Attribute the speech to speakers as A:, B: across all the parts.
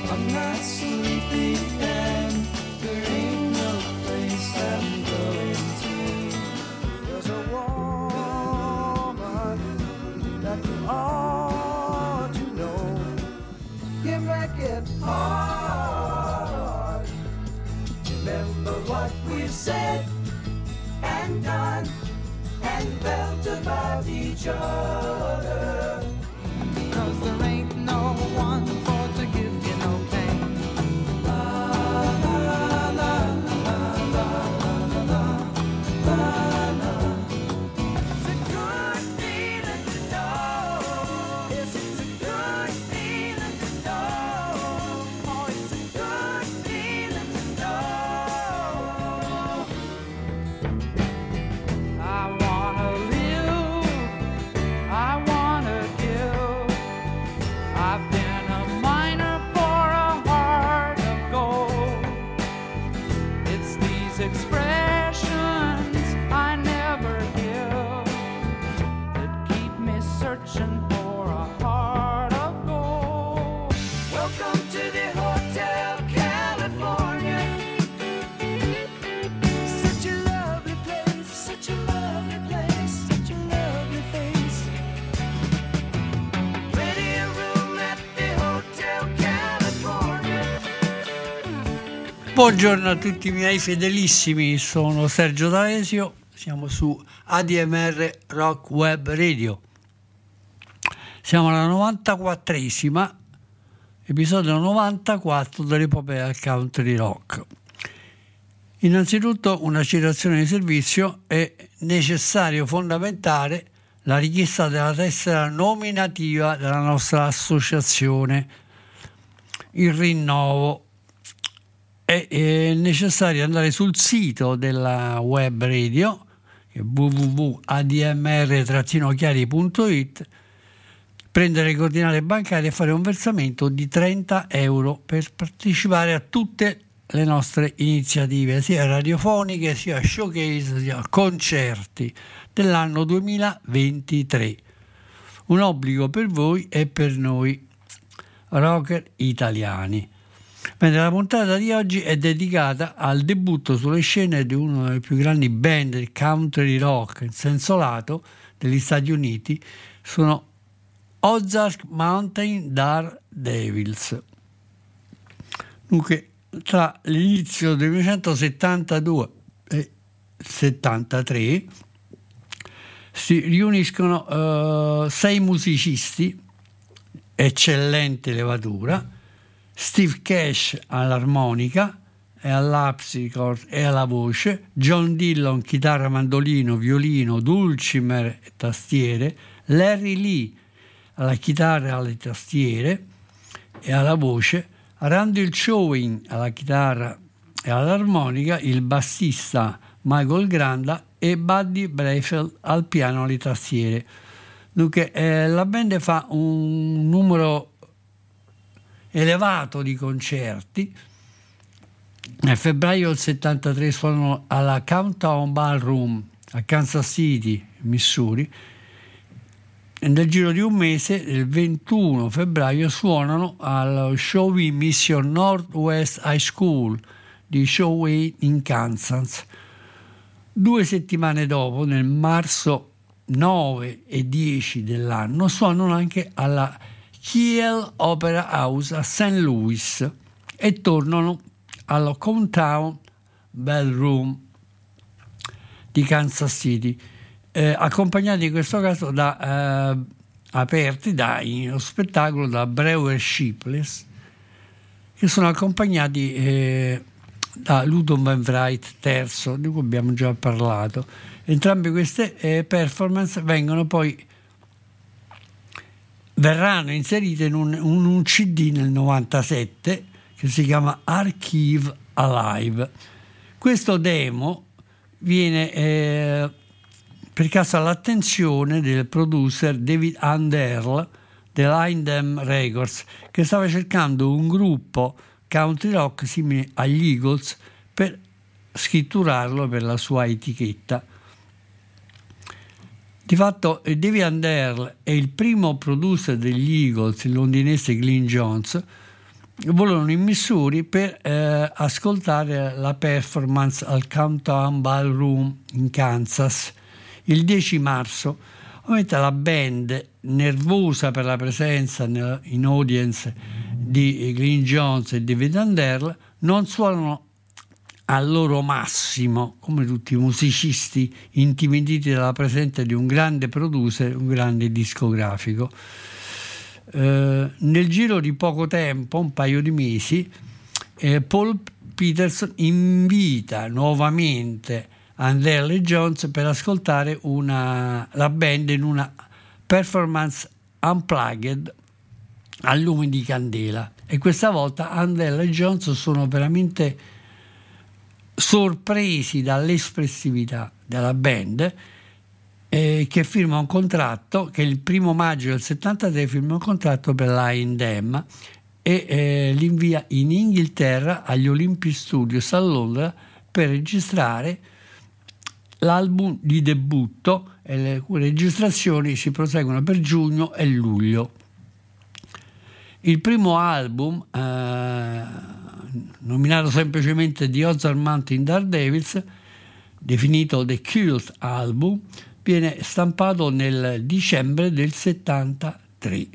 A: I'm not sleepy and there ain't no place I'm going to. There's a woman that you ought to know. You make it hard. Remember what we've said and done and felt about each other. 'Cause there ain't no one for to give you no pain. La la la la la la la la. It's a good feeling to know. Yes, it's a good feeling to know. Oh, it's a good feeling to know. I wanna live, I wanna give. I've been a miner for a heart of gold. It's these expressions I never give that keep me searching for a heart of gold. Welcome to the Hotel California. Such a lovely place, such a lovely place, such a lovely face. Plenty of room at the Hotel California.
B: Buongiorno a tutti i miei fedelissimi, sono Sergio D'Alesio, siamo su ADMR Rock Web Radio. Siamo alla 94esima, episodio 94 dell'epopea del country rock. Innanzitutto una citazione di servizio: è necessario, fondamentale, la richiesta della tessera nominativa della nostra associazione, il rinnovo. È necessario andare sul sito della web radio, www.admr-chiari.it, prendere le coordinate bancarie e fare un versamento di 30 euro per partecipare a tutte le nostre iniziative, sia radiofoniche, sia showcase, sia concerti dell'anno 2023. Un obbligo per voi e per noi rocker italiani. Bene, la puntata di oggi è dedicata al debutto sulle scene di una delle più grandi band del country rock in senso lato degli Stati Uniti. Sono Ozark Mountain Daredevils. Dunque, tra l'inizio del 1972 e 73 si riuniscono 6 musicisti, eccellente levatura: Steve Cash all'armonica e all'harpsichord e alla voce, John Dillon chitarra, mandolino, violino, dulcimer e tastiere, Larry Lee alla chitarra e alle tastiere e alla voce, Randy Chowing alla chitarra e all'armonica, il bassista Michael Granda e Buddy Brefeld al piano e alle tastiere. Dunque la band fa un numero elevato di concerti. Nel febbraio del 73 suonano alla Countdown Ballroom a Kansas City, Missouri, e nel giro di un mese, il 21 febbraio, suonano allo Shawnee Mission Northwest High School di Shawnee in Kansas. 2 settimane dopo, nel marzo 9 e 10 dell'anno, suonano anche alla Kiel Opera House a St. Louis e tornano allo Countdown Ballroom di Kansas City, accompagnati in questo caso aperti dallo spettacolo da Brewer Shipless, che sono accompagnati da Luton Van Wright III, di cui abbiamo già parlato. Entrambe queste performance verranno inserite in un CD nel 97 che si chiama Archive Alive. Questo demo viene per caso all'attenzione del producer David Anderle dell'Indem Records, che stava cercando un gruppo country rock simile agli Eagles per scritturarlo per la sua etichetta. Di fatto David Anderle è il primo producer degli Eagles, il londinese Glyn Johns, volano in Missouri per ascoltare la performance al Countdown Ballroom in Kansas il 10 marzo. Ovviamente la band, nervosa per la presenza in audience di Glyn Johns e David Anderle, non suonano al loro massimo, come tutti i musicisti intimiditi dalla presenza di un grande producer, un grande discografico. Nel giro di poco tempo, un paio di mesi, Paul Peterson invita nuovamente Anderle e Johns per ascoltare la band in una performance unplugged a lume di candela, e questa volta Anderle e Johns sono veramente sorpresi dall'espressività della band, che firma un contratto, che il 1 maggio del 73 firma un contratto per l'A&M e li invia in Inghilterra agli Olympic Studios a Londra per registrare l'album di debutto, e le cui registrazioni si proseguono per giugno e luglio. Il primo album, nominato semplicemente The Ozark Mountain Daredevils, definito The Cult Album, viene stampato nel dicembre del 73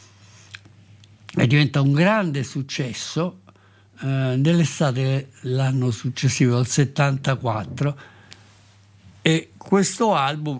B: e diventa un grande successo nell'estate l'anno successivo, al 74, e questo album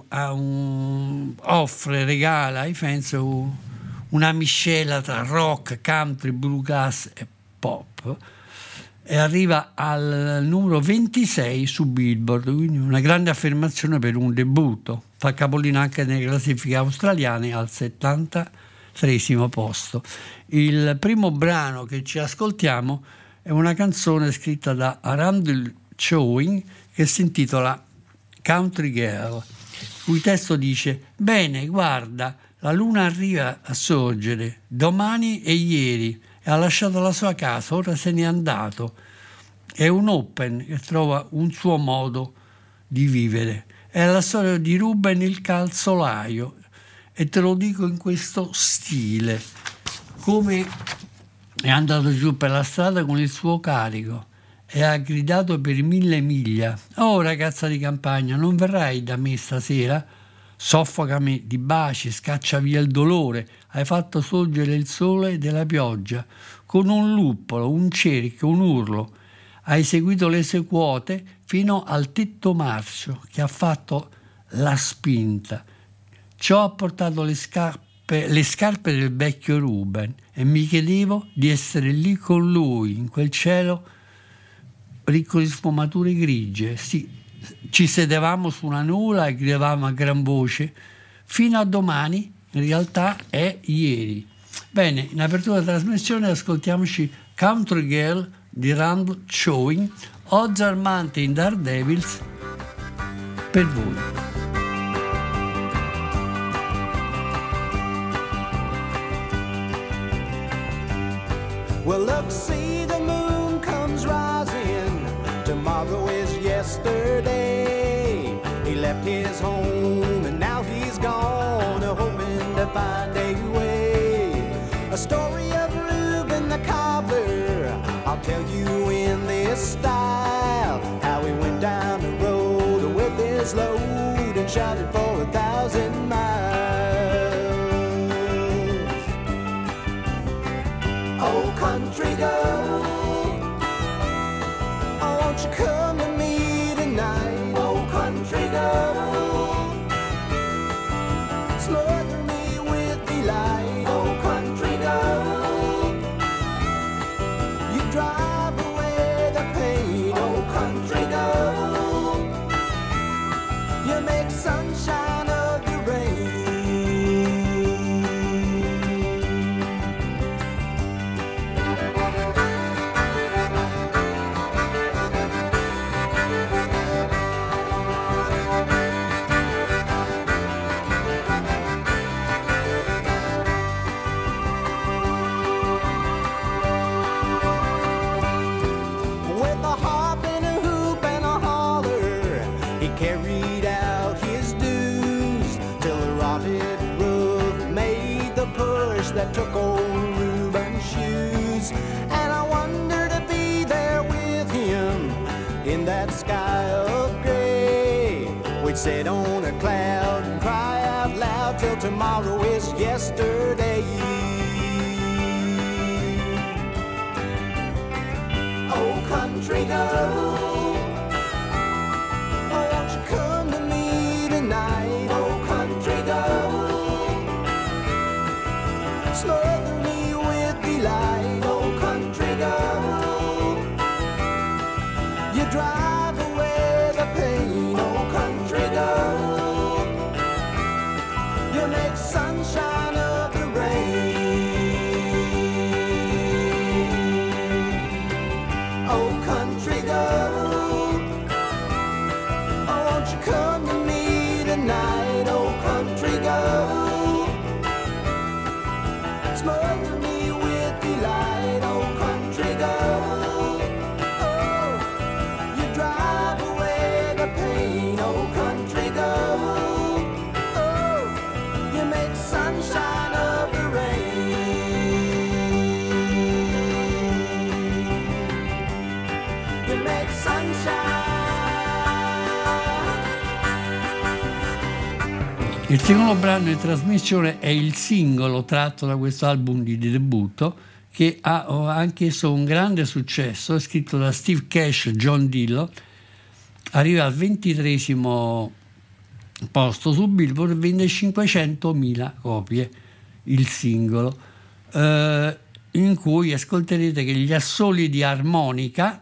B: regala ai fans una miscela tra rock, country, bluegrass e pop, e arriva al numero 26 su Billboard, quindi una grande affermazione per un debutto. Fa capolino anche nelle classifiche australiane al 73esimo posto. Il primo brano che ci ascoltiamo è una canzone scritta da Randall Chowing che si intitola Country Girl, il cui testo dice: bene, guarda, la luna arriva a sorgere, domani e ieri, e ha lasciato la sua casa, ora se n'è andato. È un open che trova un suo modo di vivere. È la storia di Ruben il calzolaio, e te lo dico in questo stile: come è andato giù per la strada con il suo carico e ha gridato per 1000 miglia: oh ragazza di campagna, non verrai da me stasera? Soffocami di baci, scaccia via il dolore, hai fatto sorgere il sole della pioggia, con un luppolo, un cerchio, un urlo, hai seguito le sequote fino al tetto marcio che ha fatto la spinta. Ciò ha portato le scarpe del vecchio Ruben, e mi chiedevo di essere lì con lui, in quel cielo ricco di sfumature grigie. Sì, ci sedevamo su una nuvola e gridavamo a gran voce: fino a domani, in realtà è ieri. Bene, in apertura della trasmissione ascoltiamoci Country Girl di Randall Chowing, Ozark Mountain Daredevils, per voi.
A: Well, look, see, the moon comes rising. Tomorrow is yesterday. He left his home and now he's gone, hoping to find a way. A story of Reuben the cobbler, I'll tell you in this style. How he went down the road with his load and shouted for 1,000 miles. Oh, country girl, oh, won't you come to me tonight? Oh, country girl, smother me with delight. Oh, country girl, you drive away the pain. Oh, country girl, you make sunshine of the rain. sit on a cloud and cry out loud till tomorrow is yesterday. Oh, country girl, oh, won't you come to me tonight? Oh, country girl, smother me with delight. Oh, country girl, you drive away the pain. Oh, country girl, you make sunshine of the rain. Oh, country girl, oh, won't you come to me tonight? Oh, country girl, smother me with delight. Oh, country girl, oh, you drive away the pain. Oh, country girl, oh, you make sunshine of the rain. You make sunshine.
B: Il secondo brano in trasmissione è il singolo tratto da questo album di debutto, che ha anch'esso un grande successo, è scritto da Steve Cash e John Dillo, arriva al 23° posto su Billboard, vende 500.000 copie il singolo, in cui ascolterete che gli assoli di armonica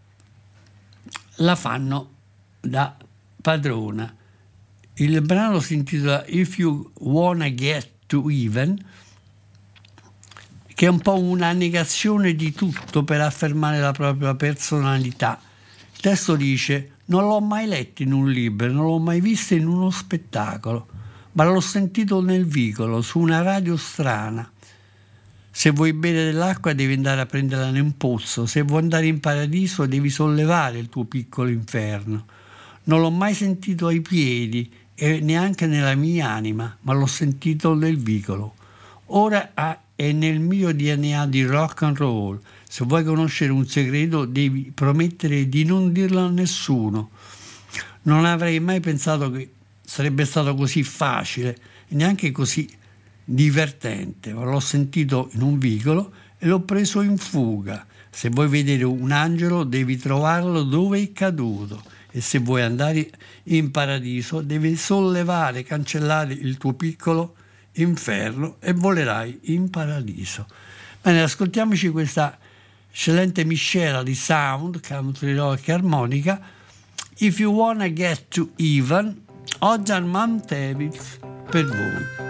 B: la fanno da padrona. Il brano si intitola If You Wanna Get to Even, che è un po' una negazione di tutto per affermare la propria personalità. Il testo dice: non l'ho mai letto in un libro, non l'ho mai visto in uno spettacolo, ma l'ho sentito nel vicolo, su una radio strana. Se vuoi bere dell'acqua devi andare a prenderla in un pozzo, se vuoi andare in paradiso devi sollevare il tuo piccolo inferno. Non l'ho mai sentito ai piedi e neanche nella mia anima, ma l'ho sentito nel vicolo. Ora è nel mio DNA di rock and roll. Se vuoi conoscere un segreto devi promettere di non dirlo a nessuno. Non avrei mai pensato che sarebbe stato così facile e neanche così divertente, ma l'ho sentito in un vicolo e l'ho preso in fuga. Se vuoi vedere un angelo devi trovarlo dove è caduto, e se vuoi andare in paradiso devi sollevare, cancellare il tuo piccolo inferno e volerai in paradiso. Bene, ascoltiamoci questa eccellente miscela di sound, country rock e armonica. If You Wanna Get to Even, Ozan Mantevich per voi.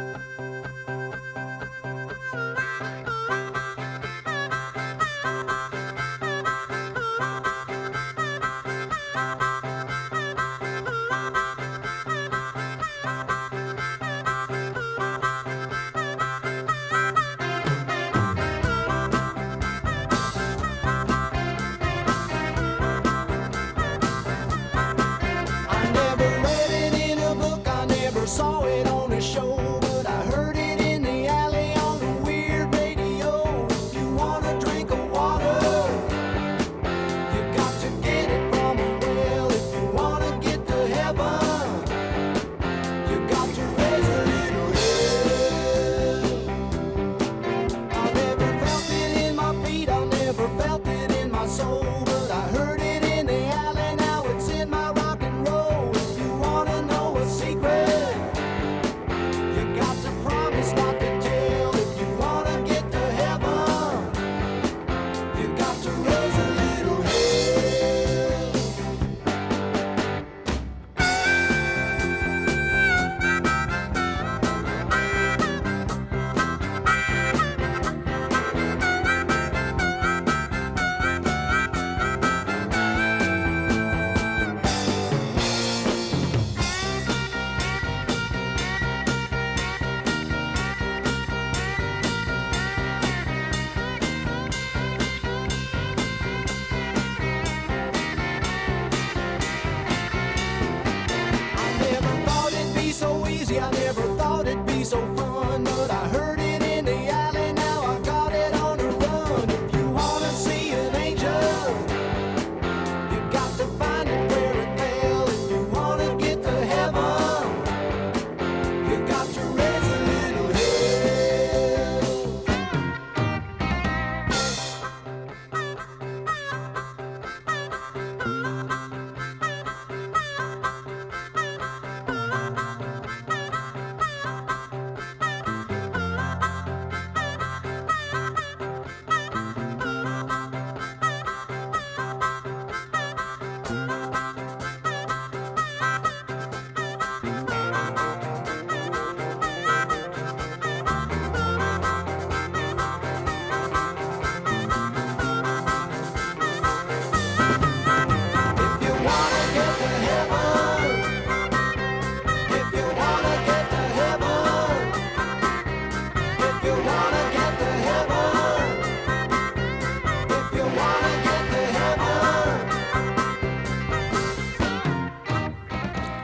A: Saw it on a show, but I heard it in the alley on the weird radio. If you wanna drink of water, you got to get it from a well. If you wanna get to heaven, you got to raise a little hell. I never felt it in my feet, I never felt it in my soul, but I heard it in the alley, now it's in my rock and roll. If you wanna know a secret, promise not to tell. If you wanna get to heaven, you got to raise a little hell. I never thought it'd be so fun, but I heard it in the alley, now I got it on the run. If you wanna see an angel, you got to find it where it fell. If you wanna get to heaven,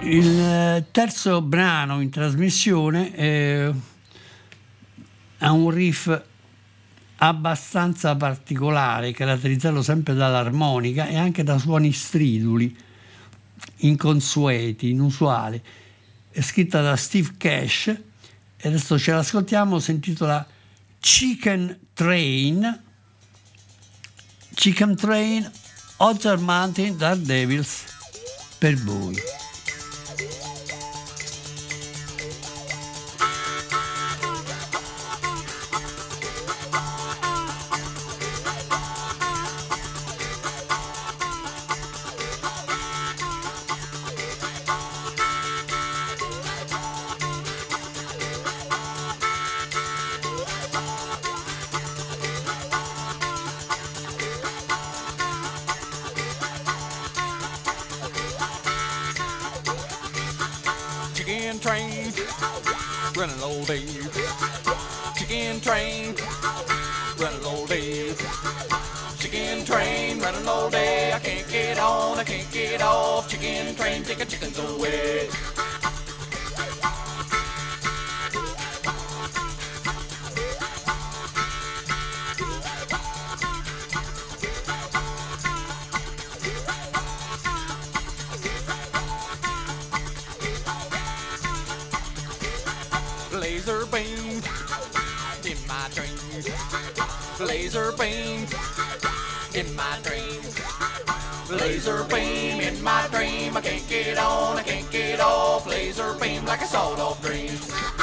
B: Il terzo brano in trasmissione ha un riff abbastanza particolare, caratterizzato sempre dall'armonica e anche da suoni striduli, inconsueti, inusuali. È scritta da Steve Cash e adesso ce l'ascoltiamo, si intitola Chicken Train, Other Mountain Daredevils per voi.
A: Chicken train, running all day. Chicken train, running all day. Chicken train, running all day. I can't get on, I can't get off. Chicken train, taking chickens away. Laser beam in my dreams. Laser beam in my dreams. Laser beam in my dream. I can't get on, I can't get off. Laser beam like a sawed off dream.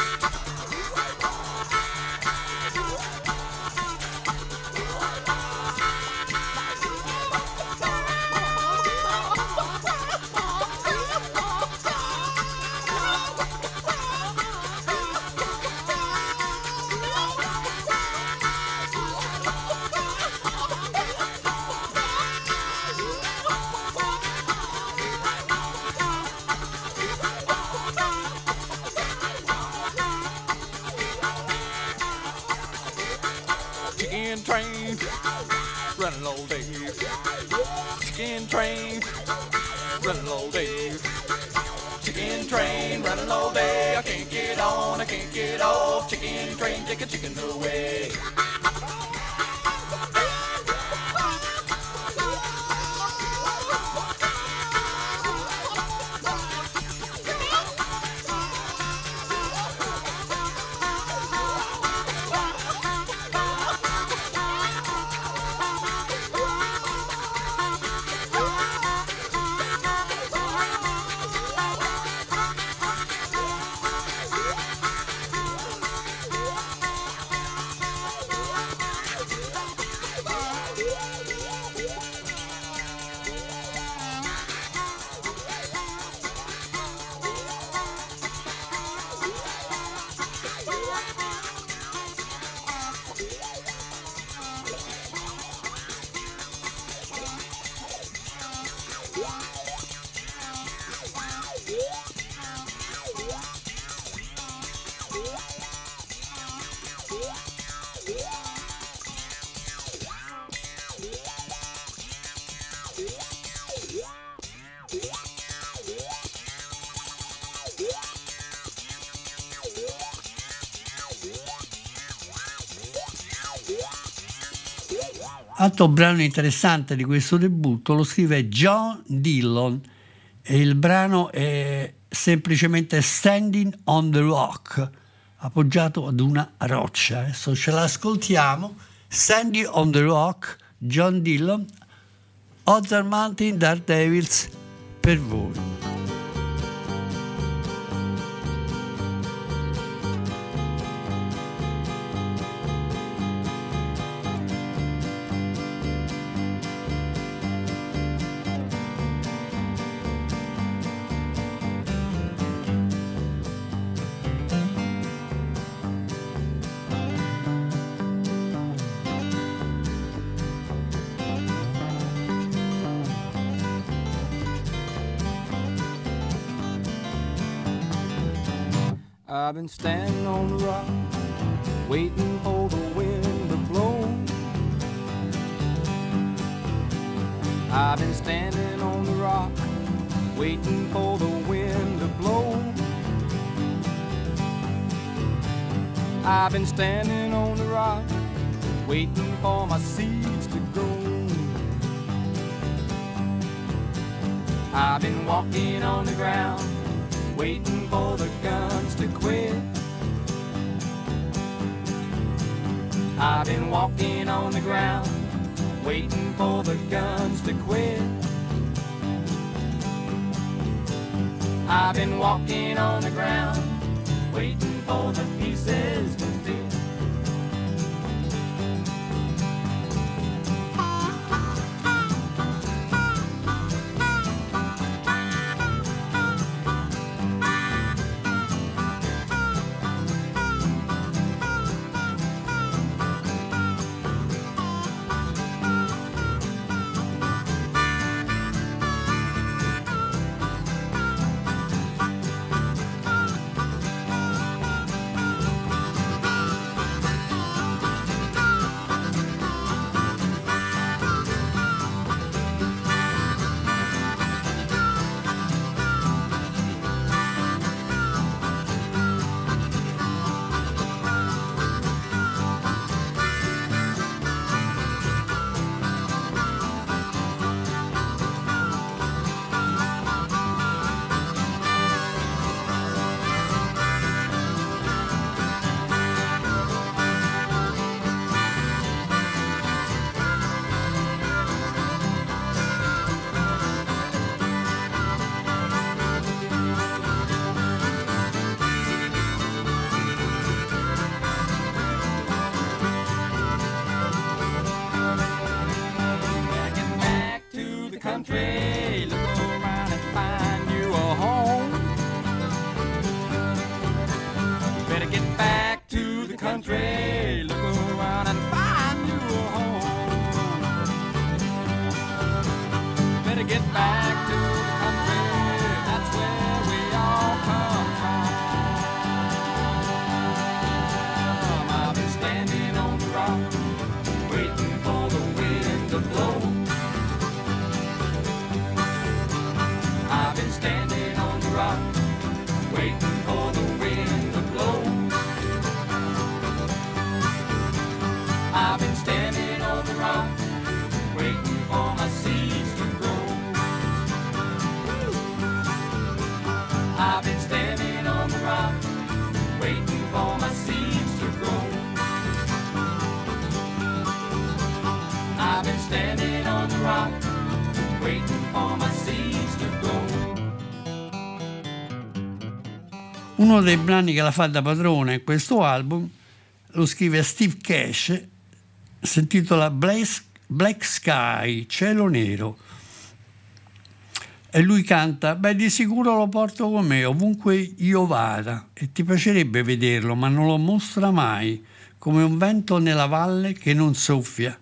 A: Chicken train, running all day. Chicken train, running all day. Chicken train, running all day. I can't get on, I can't get off. Chicken train, take a chicken away.
B: Altro brano interessante di questo debutto lo scrive John Dillon e il brano è semplicemente Standing on the Rock, appoggiato ad una roccia. Adesso ce l'ascoltiamo. Standing on the Rock, John Dillon, Other Mountain Daredevils per voi.
A: I've been standing on the rock, waiting for the wind to blow. I've been standing on the rock, waiting for the wind to blow. I've been standing on the rock, waiting for my seeds to grow. I've been walking on the ground, waiting for the guns to quit. I've been walking on the ground, waiting for the guns to quit. I've been walking on the ground, waiting for the pieces to fit. Country, look around and find you a home. Better get back to the country, look around and find you a home. Better get back to the country, that's where we all come from. I've been standing on the rock, waiting for the wind to blow. I've been standing on the rock, waiting for the wind to blow. I've been standing on the rock, waiting for my seeds to grow. I've been standing on the rock, waiting for my seeds to grow. I've been standing on the rock, waiting for my seeds to grow.
B: Uno dei brani che la fa da padrone in questo album lo scrive Steve Cash, si intitola Black Sky, cielo nero, e lui canta: beh, di sicuro lo porto con me ovunque io vada, e ti piacerebbe vederlo, ma non lo mostra mai, come un vento nella valle che non soffia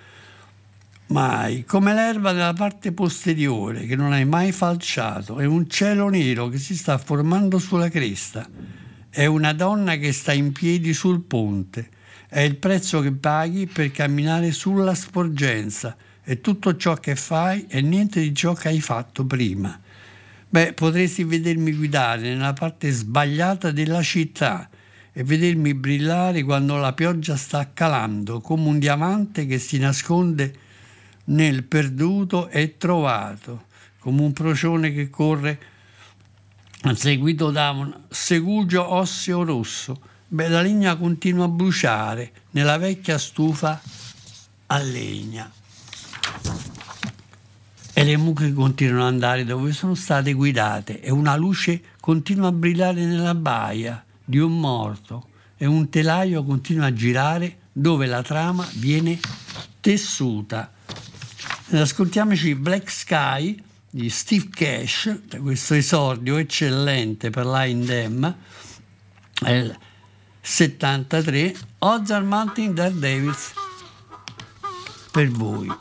B: mai, come l'erba nella parte posteriore che non hai mai falciato. È un cielo nero che si sta formando sulla cresta, è una donna che sta in piedi sul ponte, è il prezzo che paghi per camminare sulla sporgenza, è tutto ciò che fai e niente di ciò che hai fatto prima. Beh, potresti vedermi guidare nella parte sbagliata della città e vedermi brillare quando la pioggia sta calando, come un diamante che si nasconde nel perduto e trovato, come un procione che corre seguito da un segugio osseo rosso. Beh, la legna continua a bruciare nella vecchia stufa a legna e le mucche continuano ad andare dove sono state guidate e una luce continua a brillare nella baia di un morto e un telaio continua a girare dove la trama viene tessuta. Ascoltiamoci Black Sky di Steve Cash, questo esordio eccellente per l'A&M, è il 73, Ozark Mountain Daredevils per voi.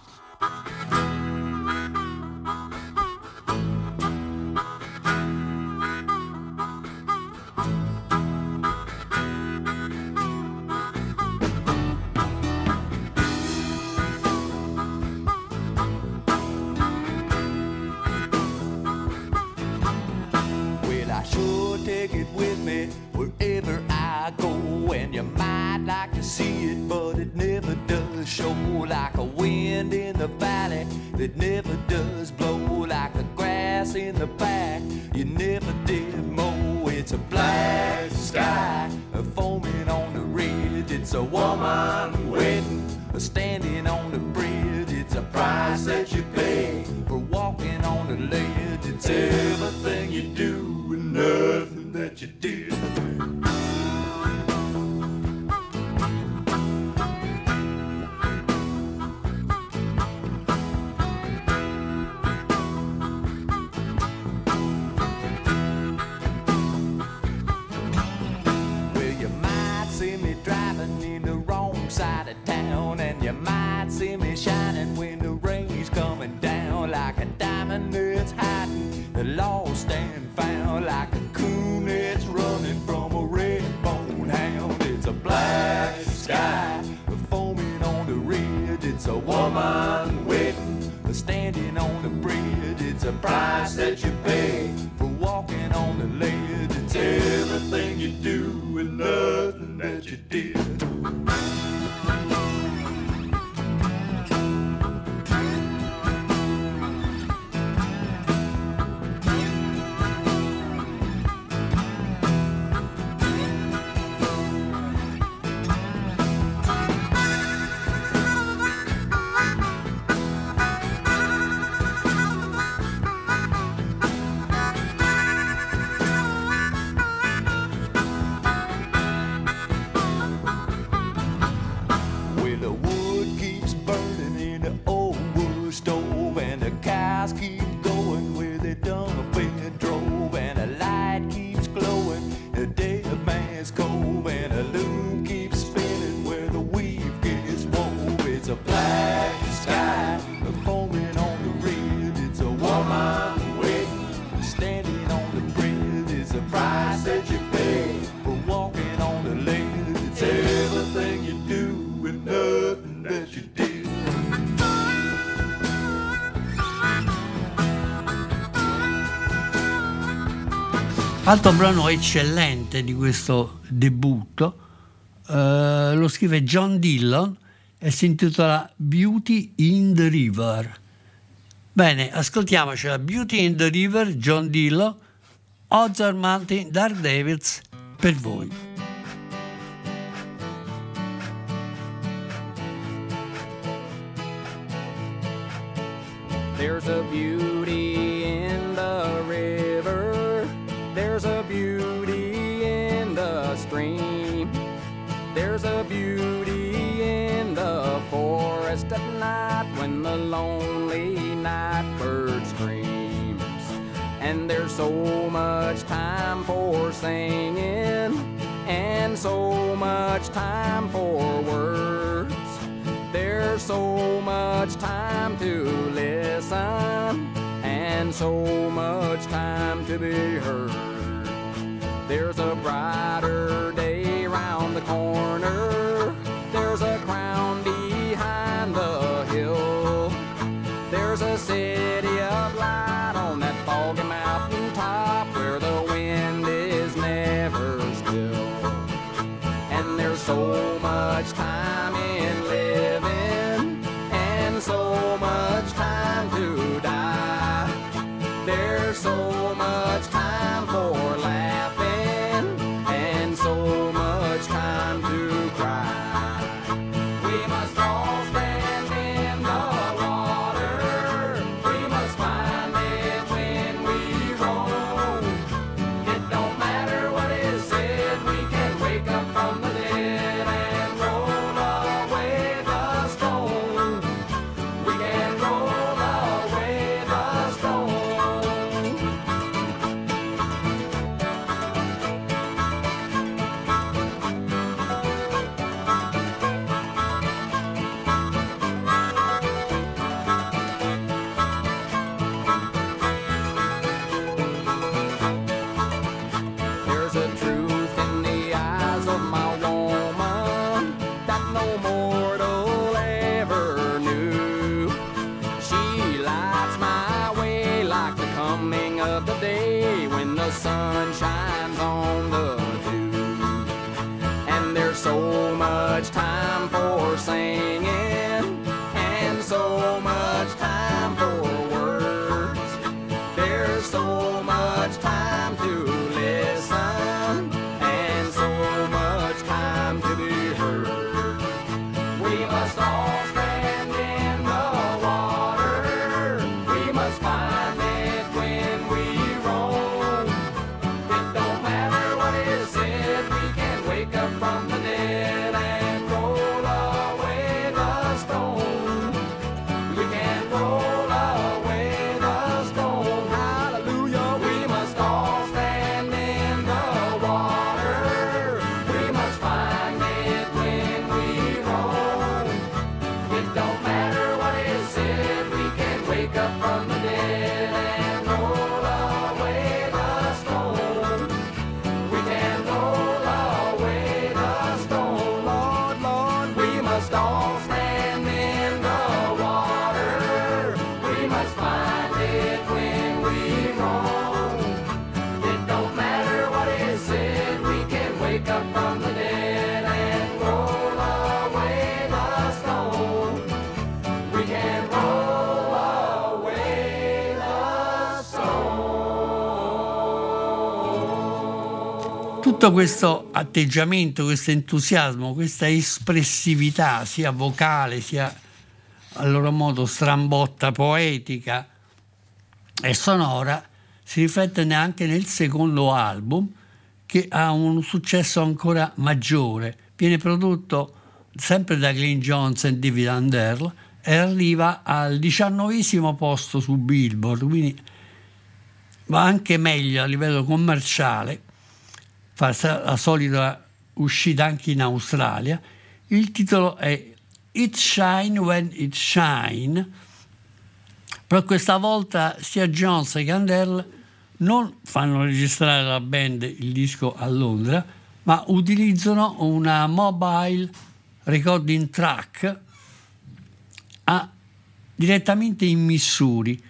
A: the valley that never does blow like the grass in the back you never did mow. It's a black sky foaming on the ridge. It's a woman waiting, standing on the bridge. It's a price that you pay for walking on the ledge. It's everything you do and nothing that you did. Side of town, and you might see me shining when the rain's coming down, like a diamond that's hiding, lost and found, like a coon that's running from a red bone hound. It's a black sky foaming on the ridge. It's a woman waiting, standing on the bridge. It's a price that you pay for walking on the ledge. It's everything you do and nothing that you did.
B: Altro brano eccellente di questo debutto lo scrive John Dillon e si intitola Beauty in the River. Bene, ascoltiamocela. Beauty in the River, John Dillon, Ozark Mountain Dark Devils per voi.
C: There's a beauty in the river, there's a beauty in the stream, there's a beauty in the forest at night when the lonely night bird screams. And there's so much time for singing and so much time for words. There's so much time to listen and so much time to be heard. There's a brighter day round the corner. There's a crown behind the hill. There's a city of light on that foggy mountain top where the wind is never still. And there's so much time in living and so much time to die. There's so much time for laughing and so much time to cry. We must all stand in the water. We must find it when we roll. It don't matter what is said, we can wake up from the dead and roll away the stone. We can roll away the stone. There's a truth in the eyes of my woman that no mortal ever knew. She lights my way like the coming of the day when the sun shines on the dew. And there's so much time for singing and so so much time for words. There's so much time to listen, and so much time to be heard. We must all stand in the water. We must find it when we roam. It don't matter what is said, we can wake up from the dead and roll away the stone. We can roll away the stone. Hallelujah. We must all stand in the water. We must find it when we roam. It don't matter what is said, we can wake up from the dead and roll away the stone. We can roll away the stone. Lord, Lord, we must all stand in the water. We must find it when we roam. It don't matter what is said, we can wake up from the dead and roll away the stone. We can roll away the stone.
B: Tutto questo atteggiamento, questo entusiasmo, questa espressività sia vocale sia a loro modo strambotta, poetica e sonora si riflette anche nel secondo album, che ha un successo ancora maggiore. Viene prodotto sempre da Glyn Johns e David Underl e arriva al 19° posto su Billboard, quindi va anche meglio a livello commerciale, fa la solita uscita anche in Australia. Il titolo è It Shine When It Shine, però questa volta sia Jones che Underl non fanno registrare la band il disco a Londra, ma utilizzano una mobile recording track direttamente in Missouri.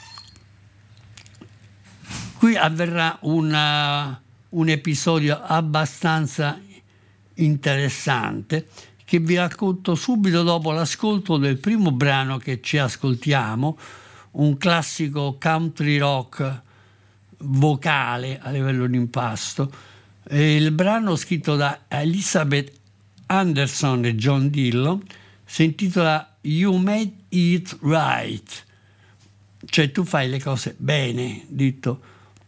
B: Qui avverrà un episodio abbastanza interessante che vi racconto subito dopo l'ascolto del primo brano che ci ascoltiamo, un classico country rock vocale a livello di impasto. Il brano scritto da Elizabeth Anderson e John Dillon si intitola You Made It Right, cioè tu fai le cose bene, detto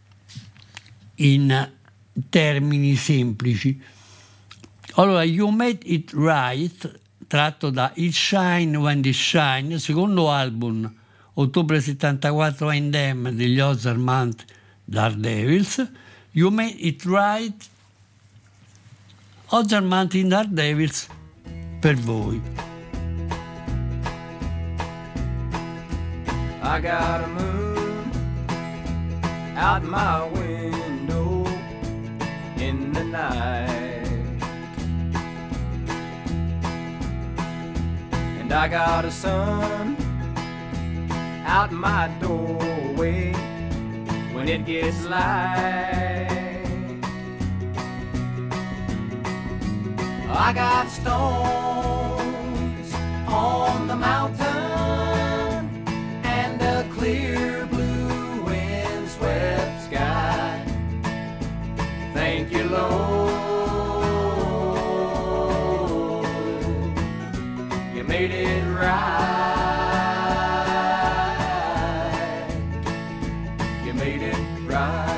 B: in termini semplici. Allora, You Made It Right, tratto da It Shine When It Shine, secondo album, ottobre 74 a Indem degli Ozarmant Daredevils. You Made It Right, Ozarmant in Daredevils per voi.
C: I got a moon out my window in the night, and I got a sun out my doorway when it gets light. I got stones on the mountain and a clear blue windswept sky. Thank you, Lord, you made it right. You made it right.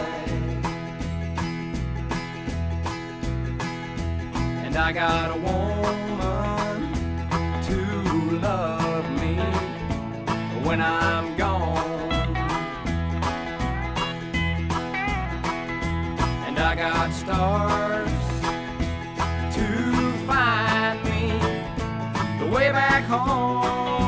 C: And I got a woman to love me when I'm gone, and I got stars to find me the way back home.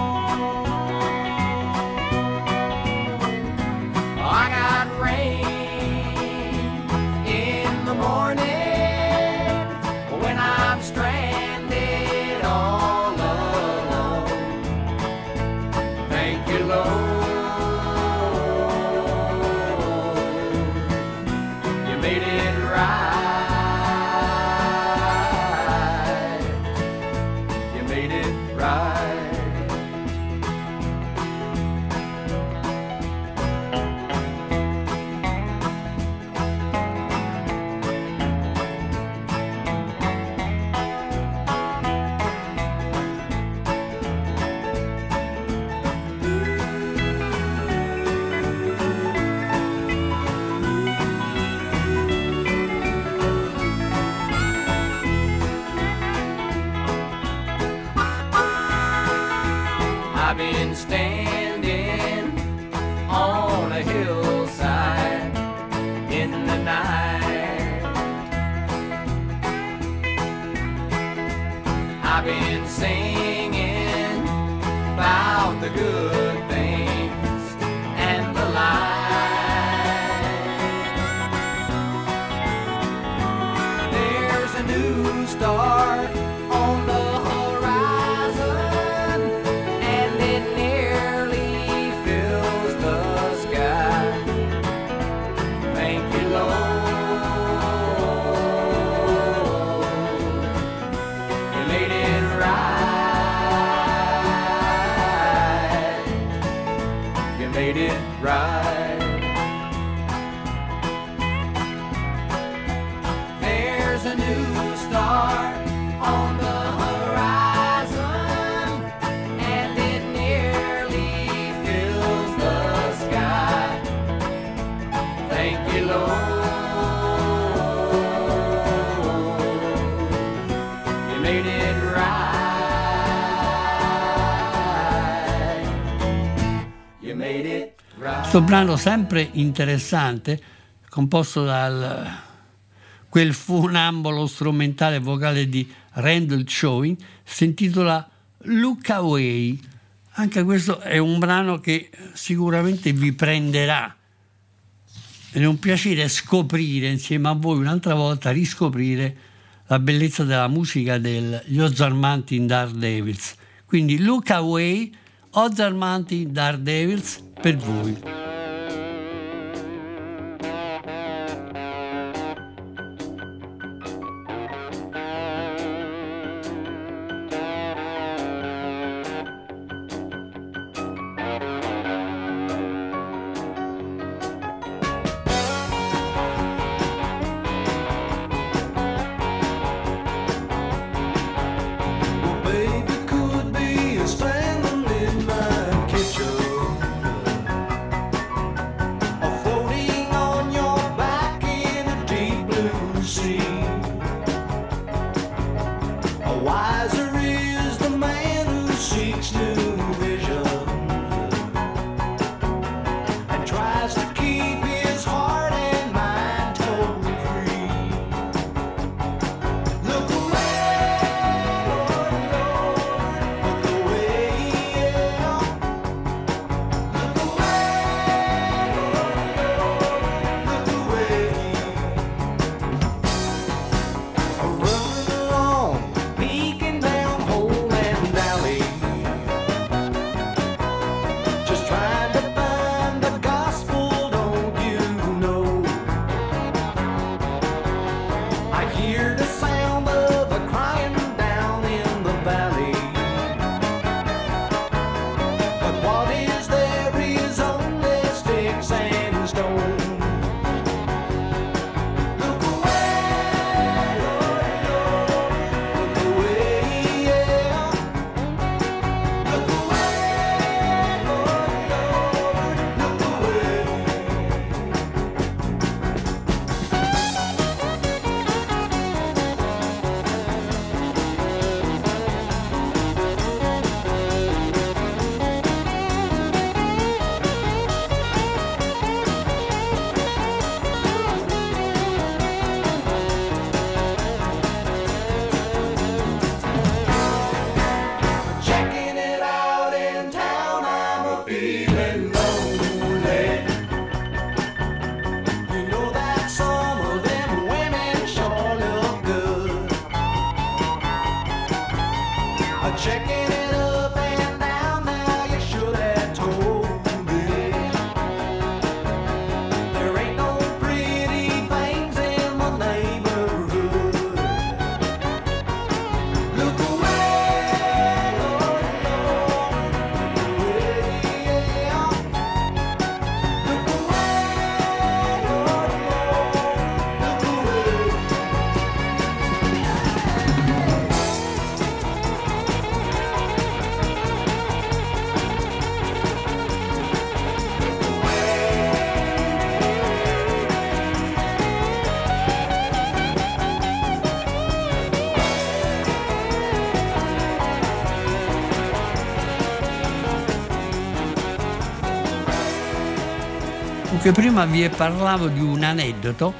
C: I got rain in the morning when I'm stranded all alone. Thank you, Lord, you made it right. You made it right. the good things and the light. There's a new start on the horizon, and it nearly fills the sky. Thank you, Lord. You made it right. You made it right. There's a new start on the horizon, and it nearly fills the sky. Thank you, Lord. You made it right. You made it right.
B: Questo brano sempre interessante, composto quel funambolo strumentale vocale di Randall Chowing, si intitola Look Away. Anche questo è un brano che sicuramente vi prenderà. Ed è un piacere scoprire insieme a voi un'altra volta, riscoprire la bellezza della musica degli Ozark Mountain Daredevils. Quindi Look Away, Ozark Mountain Daredevils per voi.
A: Baby could be standing in my kitchen.
B: Dunque, prima vi parlavo di un aneddoto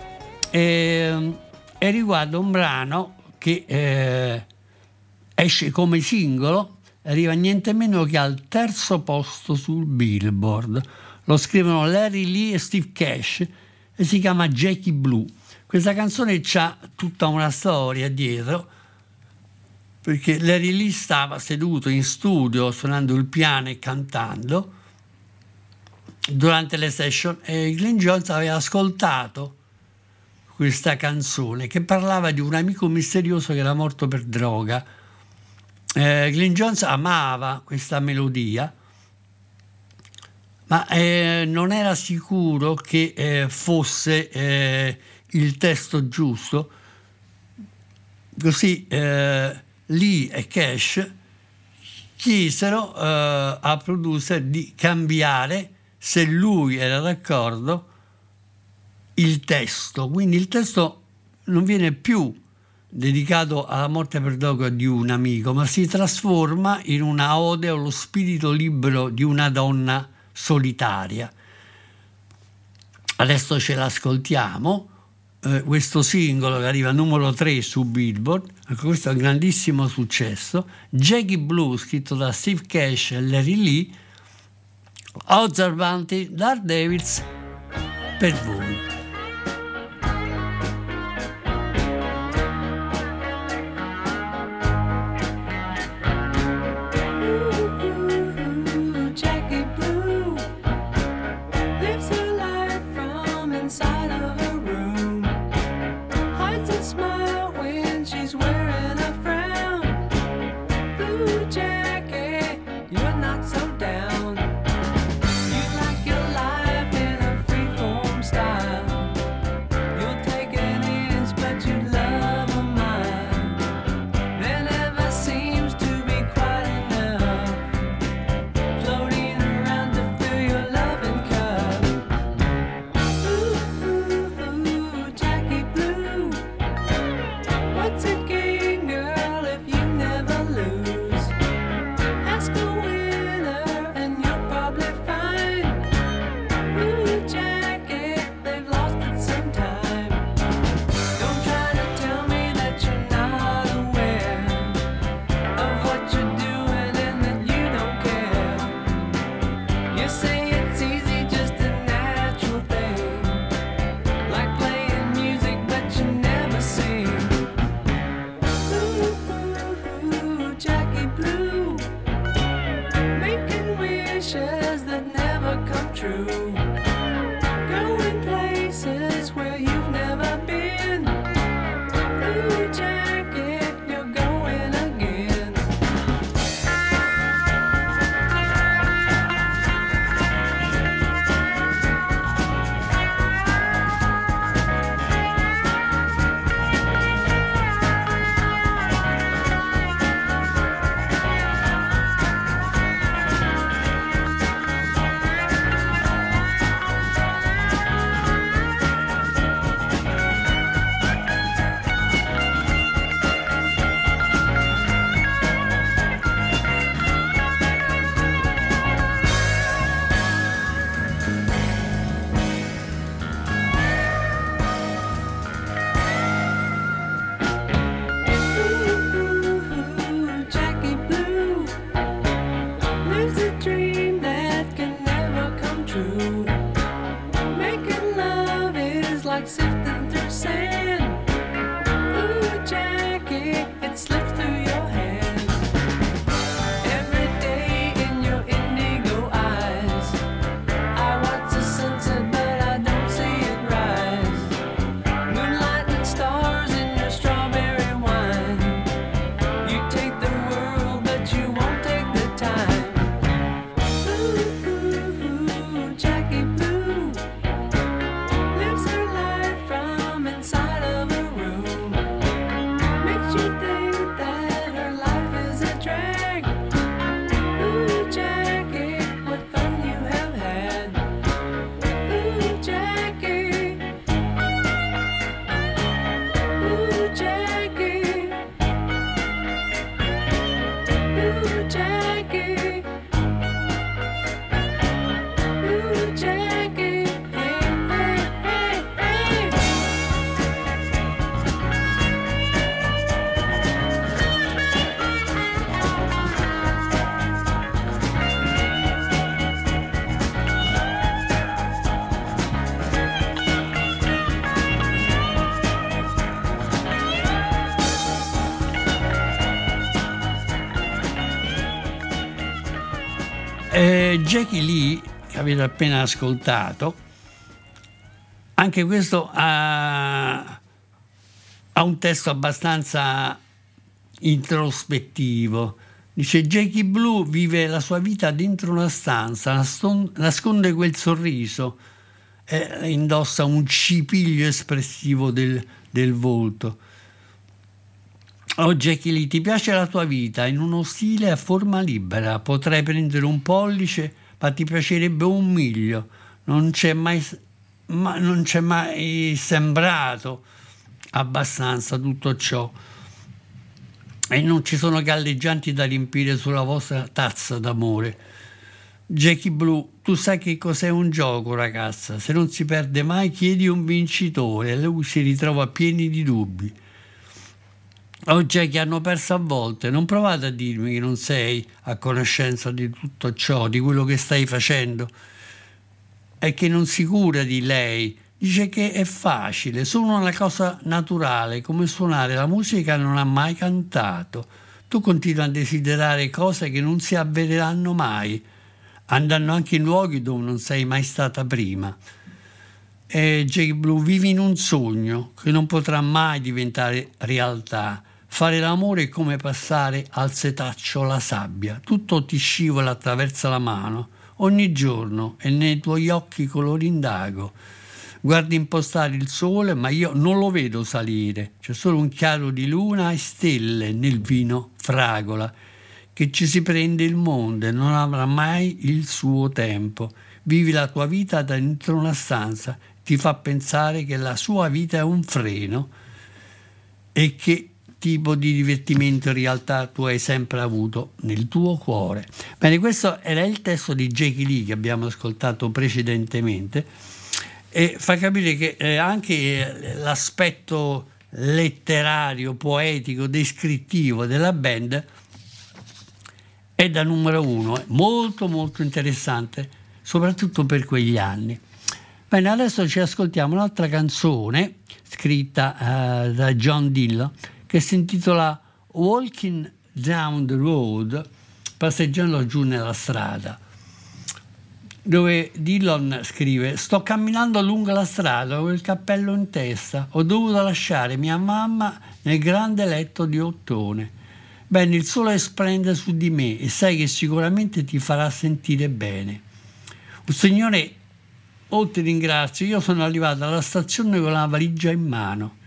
B: e riguarda un brano che esce come singolo arriva niente meno che al terzo posto sul Billboard. Lo scrivono Larry Lee e Steve Cash e si chiama Jackie Blue. Questa canzone c'ha tutta una storia dietro, perché Larry Lee stava seduto in studio suonando il piano e cantando durante le session e Glyn Johns aveva ascoltato questa canzone che parlava di un amico misterioso che era morto per droga. Glyn Johns amava questa melodia, ma non era sicuro che fosse il testo giusto. Così Lee e Cash chiesero al producer di cambiare, se lui era d'accordo, il testo. Quindi il testo non viene più dedicato alla morte per droga di un amico, ma si trasforma in una ode allo spirito libero di una donna solitaria. Adesso ce l'ascoltiamo, questo singolo che arriva al numero 3 su Billboard. Ecco, questo è un grandissimo successo. Jackie Blue, scritto da Steve Cash e Larry Lee, Odds Are Bounty, Dark Devils, per voi. Jackie Lee, che avete appena ascoltato, anche questo ha un testo abbastanza introspettivo. Dice: Jackie Blue vive la sua vita dentro una stanza, nasconde quel sorriso, indossa un cipiglio espressivo del volto. Oh Jackie Lee, ti piace la tua vita in uno stile a forma libera, potrei prendere un pollice, ma ti piacerebbe un miglio, non c'è mai sembrato abbastanza tutto ciò, e non ci sono galleggianti da riempire sulla vostra tazza d'amore. Jackie Blue, tu sai che cos'è un gioco, ragazza, se non si perde mai chiedi un vincitore e lui si ritrova pieni di dubbi. Oh Jackie, hanno perso a volte, non provate a dirmi che non sei a conoscenza di tutto ciò, di quello che stai facendo, e che non si cura di lei. Dice che è facile, sono una cosa naturale, come suonare la musica non ha mai cantato. Tu continui a desiderare cose che non si avvereranno mai, andando anche in luoghi dove non sei mai stata prima. E Jackie Blue, vivi in un sogno che non potrà mai diventare realtà. Fare l'amore è come passare al setaccio la sabbia, tutto ti scivola attraverso la mano, ogni giorno, e nei tuoi occhi color indago. Guardi impostare il sole, ma io non lo vedo salire, c'è solo un chiaro di luna e stelle nel vino fragola, che ci si prende il mondo e non avrà mai il suo tempo. Vivi la tua vita dentro una stanza, ti fa pensare che la sua vita è un freno e che tipo di divertimento in realtà tu hai sempre avuto nel tuo cuore. Bene, questo era il testo di Jackie Lee che abbiamo ascoltato precedentemente, e fa capire che anche l'aspetto letterario, poetico, descrittivo della band è da numero uno, molto molto interessante, soprattutto per quegli anni. Bene, adesso ci ascoltiamo un'altra canzone scritta da John Dillon, che si intitola Walking Down the Road, passeggiando giù nella strada, dove Dillon scrive: sto camminando lungo la strada con il cappello in testa, ho dovuto lasciare mia mamma nel grande letto di ottone. Bene, il sole splende su di me e sai che sicuramente ti farà sentire bene. Signore, oh ti ringrazio, io sono arrivato alla stazione con la valigia in mano.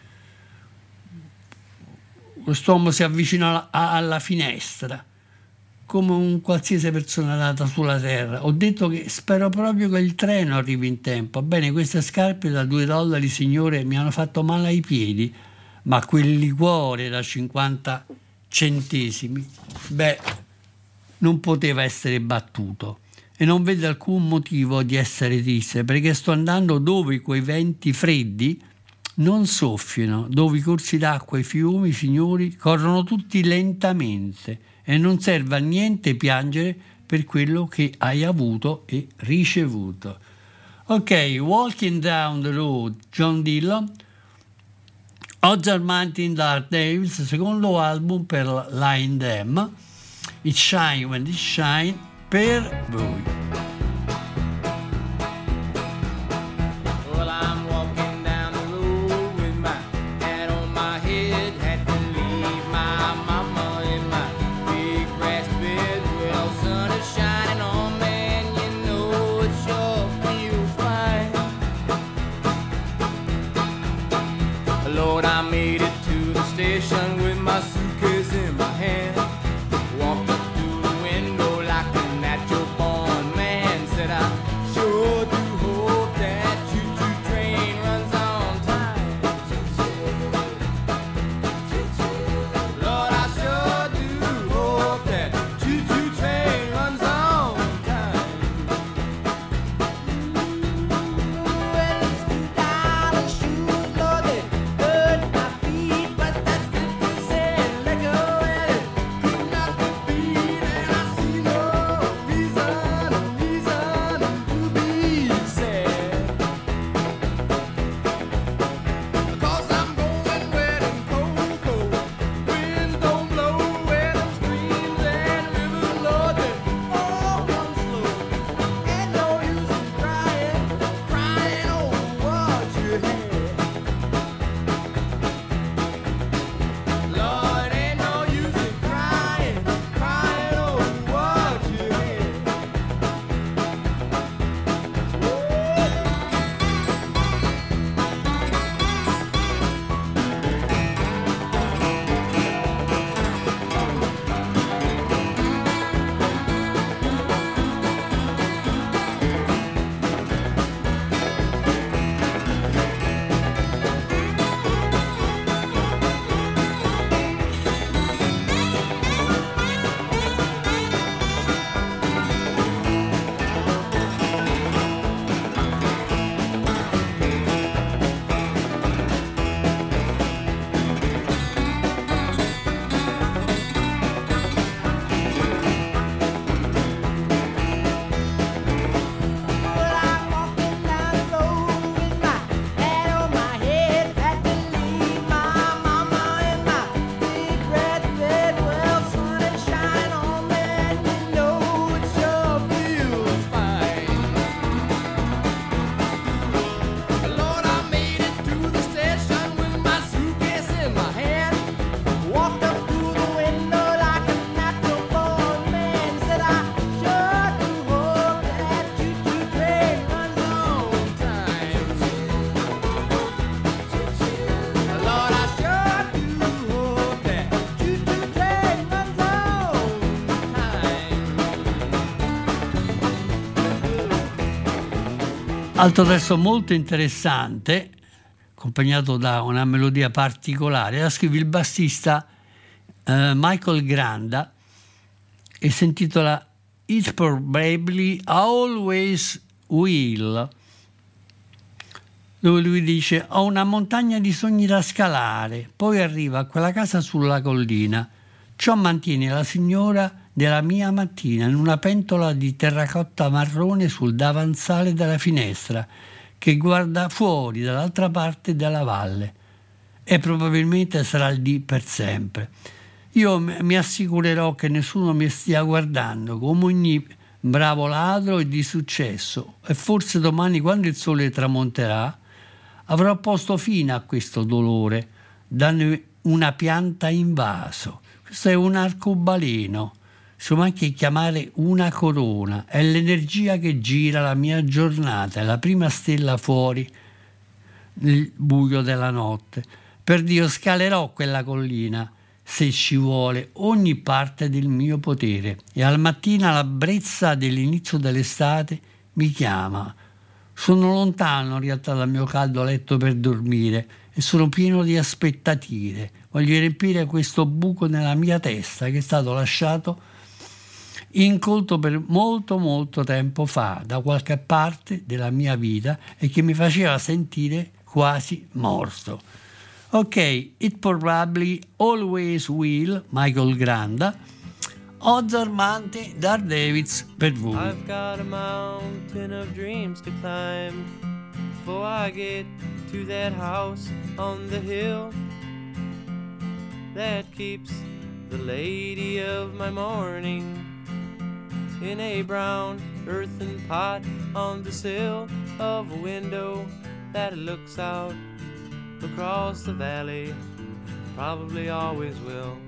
B: Quest'uomo si avvicina alla finestra come un qualsiasi persona nata sulla terra. Ho detto che spero proprio che il treno arrivi in tempo. Bene, queste scarpe da $2, signore, mi hanno fatto male ai piedi, ma quel liquore da 50 centesimi, non poteva essere battuto. E non vedo alcun motivo di essere triste, perché sto andando dove quei venti freddi non soffiano, dove i corsi d'acqua e i fiumi, signori, corrono tutti lentamente, e non serve a niente piangere per quello che hai avuto e ricevuto. Ok, Walking Down the Road, John Dillon, Ozzy Martin Dark Devils, secondo album per Line Them, It Shine When It Shine, per voi.
C: With my suitcase in my hand, walking through the window like a natural born man.
B: Altro testo molto interessante, accompagnato da una melodia particolare, la scrive il bassista Michael Granda e si intitola It Probably Always Will, dove lui dice: ho una montagna di sogni da scalare, poi arriva a quella casa sulla collina, ciò mantiene la signora della mia mattina in una pentola di terracotta marrone sul davanzale della finestra che guarda fuori dall'altra parte della valle, e probabilmente sarà lì per sempre. Io mi assicurerò che nessuno mi stia guardando come ogni bravo ladro e di successo, e forse domani, quando il sole tramonterà, avrò posto fine a questo dolore dando una pianta in vaso. Questo è un arcobaleno, si può anche chiamare una corona, è l'energia che gira la mia giornata, è la prima stella fuori nel buio della notte. Per Dio, scalerò quella collina, se ci vuole, ogni parte del mio potere, e al mattino la brezza dell'inizio dell'estate mi chiama. Sono lontano in realtà dal mio caldo letto per dormire e sono pieno di aspettative. Voglio riempire questo buco nella mia testa che è stato lasciato incolto per molto molto tempo fa da qualche parte della mia vita e che mi faceva sentire quasi morto. Ok, It Probably Always Will, Michael Granda. Ozzar Manti, Dar Davids per voi.
D: I've got a mountain of dreams to climb before I get to that house on the hill that keeps the lady of my morning in a brown earthen pot on the sill of a window that looks out across the valley, probably always will.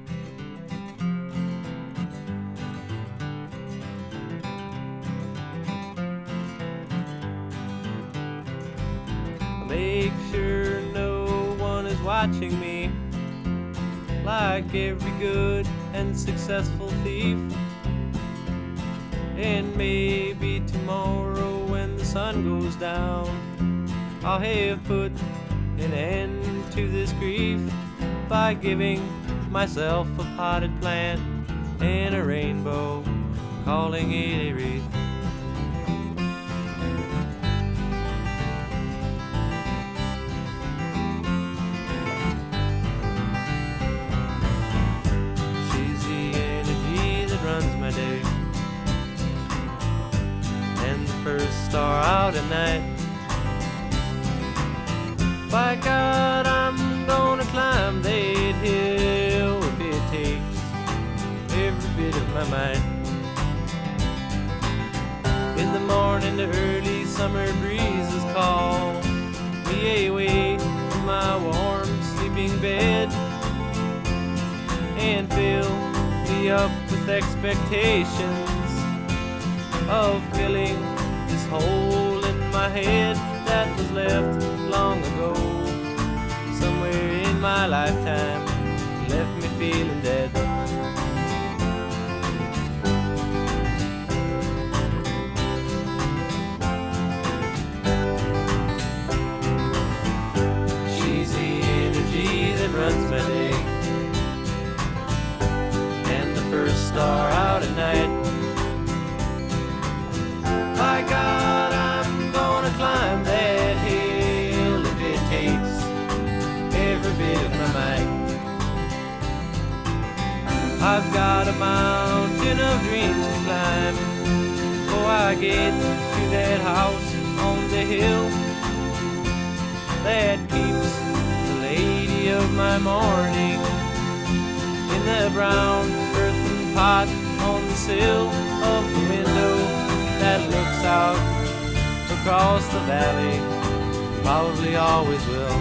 D: Make sure no one is watching me, like every good and successful thief. And maybe tomorrow when the sun goes down, I'll have put an end to this grief by giving myself a potted plant and a rainbow, calling it a wreath. She's the energy that runs my day, and the first star out at night. By God, I'm gonna climb that hill if it takes every bit of my mind. In the morning, the early summer breezes call me away from my warm sleeping bed and fill me up with expectations of filling this hole in my head that was left long ago, somewhere in my lifetime, left me feeling dead. She's the energy that runs my day, and the first star out at night. By God, I'm gonna climb that hill if it takes every bit of my might. I've got a mountain of dreams to climb before I get to that house on the hill that keeps the lady of my morning in the brown earthen pot on the sill of the window that looks out across the valley, probably always will.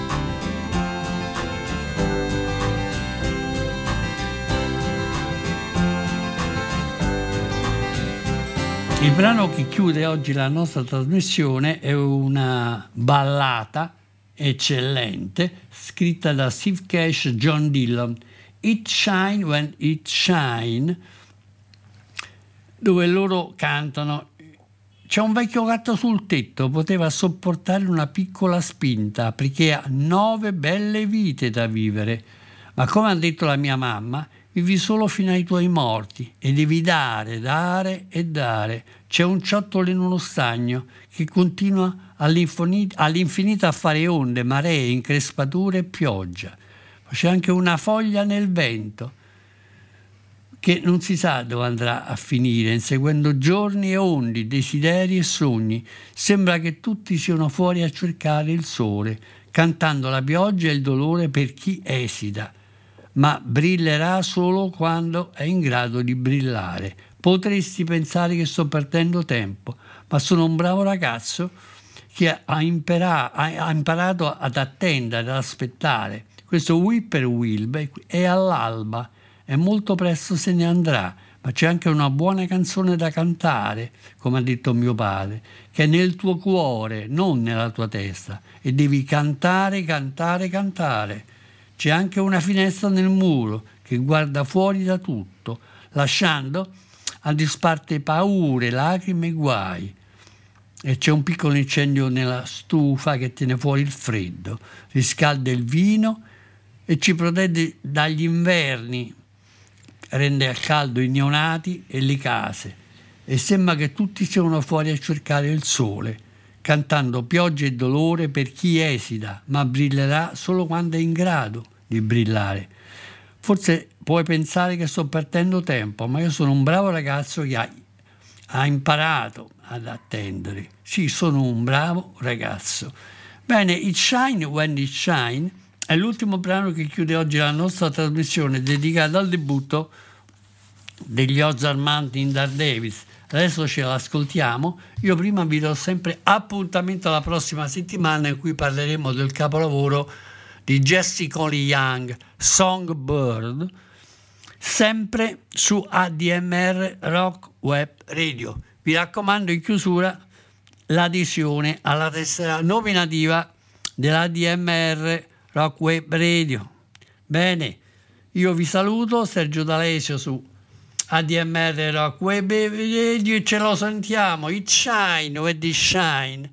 B: Il brano che chiude oggi la nostra trasmissione è una ballata eccellente scritta da Steve Cash e John Dillon, It Shine When It Shine, dove loro cantano c'è un vecchio gatto sul tetto, poteva sopportare una piccola spinta perché ha 9 belle vite da vivere. Ma come ha detto la mia mamma, vivi solo fino ai tuoi morti e devi dare, dare e dare. C'è un ciottolo in uno stagno che continua all'infinito a fare onde, maree, increspature e pioggia. C'è anche una foglia nel vento che non si sa dove andrà a finire, inseguendo giorni e onde, desideri e sogni. Sembra che tutti siano fuori a cercare il sole, cantando la pioggia e il dolore per chi esita, ma brillerà solo quando è in grado di brillare. Potresti pensare che sto perdendo tempo, ma sono un bravo ragazzo che ha imparato ad attendere, ad aspettare. Questo whippoorwill è all'alba e molto presto se ne andrà, ma c'è anche una buona canzone da cantare, come ha detto mio padre, che è nel tuo cuore, non nella tua testa, e devi cantare, cantare, cantare. C'è anche una finestra nel muro che guarda fuori da tutto, lasciando a disparte paure, lacrime e guai. E c'è un piccolo incendio nella stufa che tiene fuori il freddo, riscalda il vino e ci protegge dagli inverni, rende al caldo i neonati e le case, e sembra che tutti siano fuori a cercare il sole, cantando pioggia e dolore per chi esita, ma brillerà solo quando è in grado di brillare. Forse puoi pensare che sto perdendo tempo, ma io sono un bravo ragazzo che ha imparato ad attendere. Sì, sono un bravo ragazzo. Bene, It Shine When It Shine è l'ultimo brano che chiude oggi la nostra trasmissione dedicata al debutto degli Ozark Mountain Daredevils. Adesso ce l'ascoltiamo. Io prima vi do sempre appuntamento alla prossima settimana in cui parleremo del capolavoro di Jesse Coley Young, Songbird, sempre su ADMR Rock Web Radio. Vi raccomando in chiusura l'adesione alla tessera nominativa dell'ADMR Rock Web Radio. Bene, io vi saluto, Sergio D'Alesio su ADMR Rock Web Radio, e ce lo sentiamo, It Shine When It Shine,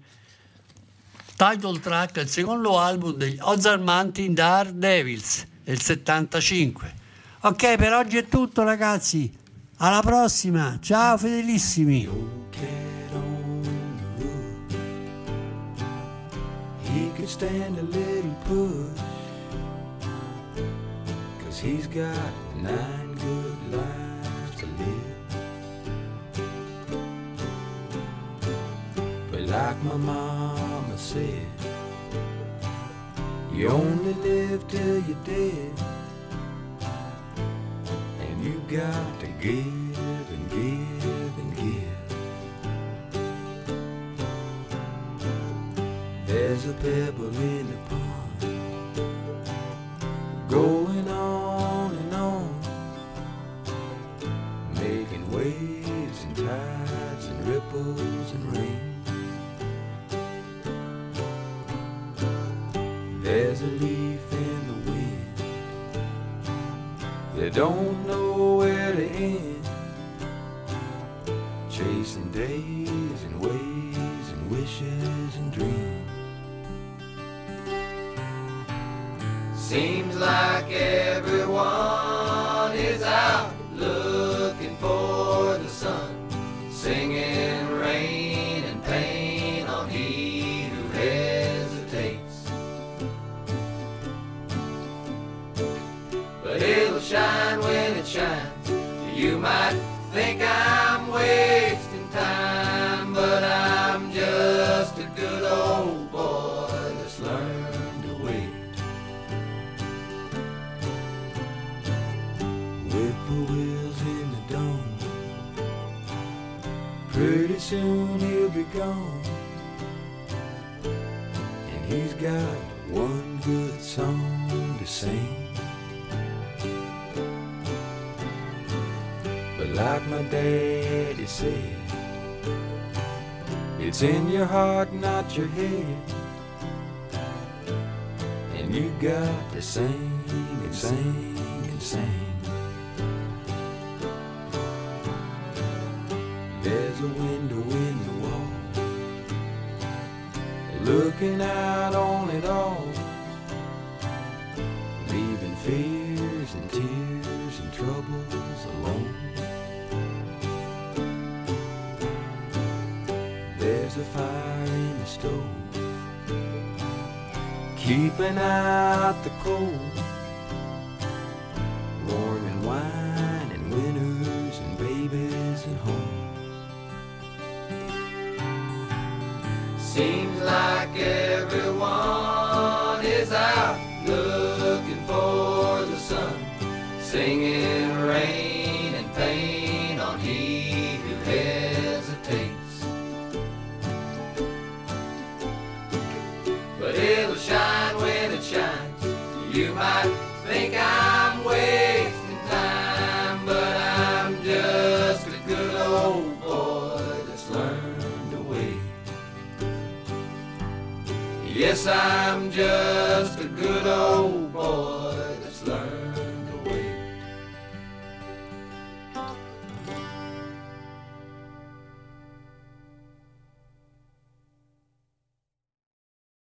B: title track del secondo album degli Ozark Mountain Daredevils del 75. Ok, per oggi è tutto ragazzi, alla prossima, ciao fedelissimi.
A: He could stand a little push, 'cause he's got 9 good lives to live. But like my mama said, you only live till you're dead, and you got to give and give and give. There's a pebble in the pond, going on and on, making waves and tides and ripples and rain. There's a leaf in the wind that don't know where to end, chasing days and ways and wishes and dreams. Seems like everyone is out looking for the sun, singing rain and pain on he who hesitates. But it'll shine when it shines. You might think I'm wasting time, but I'm just a good old boy that's learned to wait. Whippoorwills in the dawn, pretty soon he'll be gone, and he's got one good song to sing. But like my daddy said, it's in your heart, not your head, and you got to sing and sing and sing. There's a window in the wall looking out on it all, leaving fears and tears and troubles alone. There's a fire in the stove, keeping out the cold, warming wine and winners and babies and homes. Seems like everyone is out looking for the sun, singing rain and pain on he who hesitates. But it'll shine when it shines. You might think I'm wasting time, but I'm just a good old boy that's learned to wait. Yes, I'm just a good old boy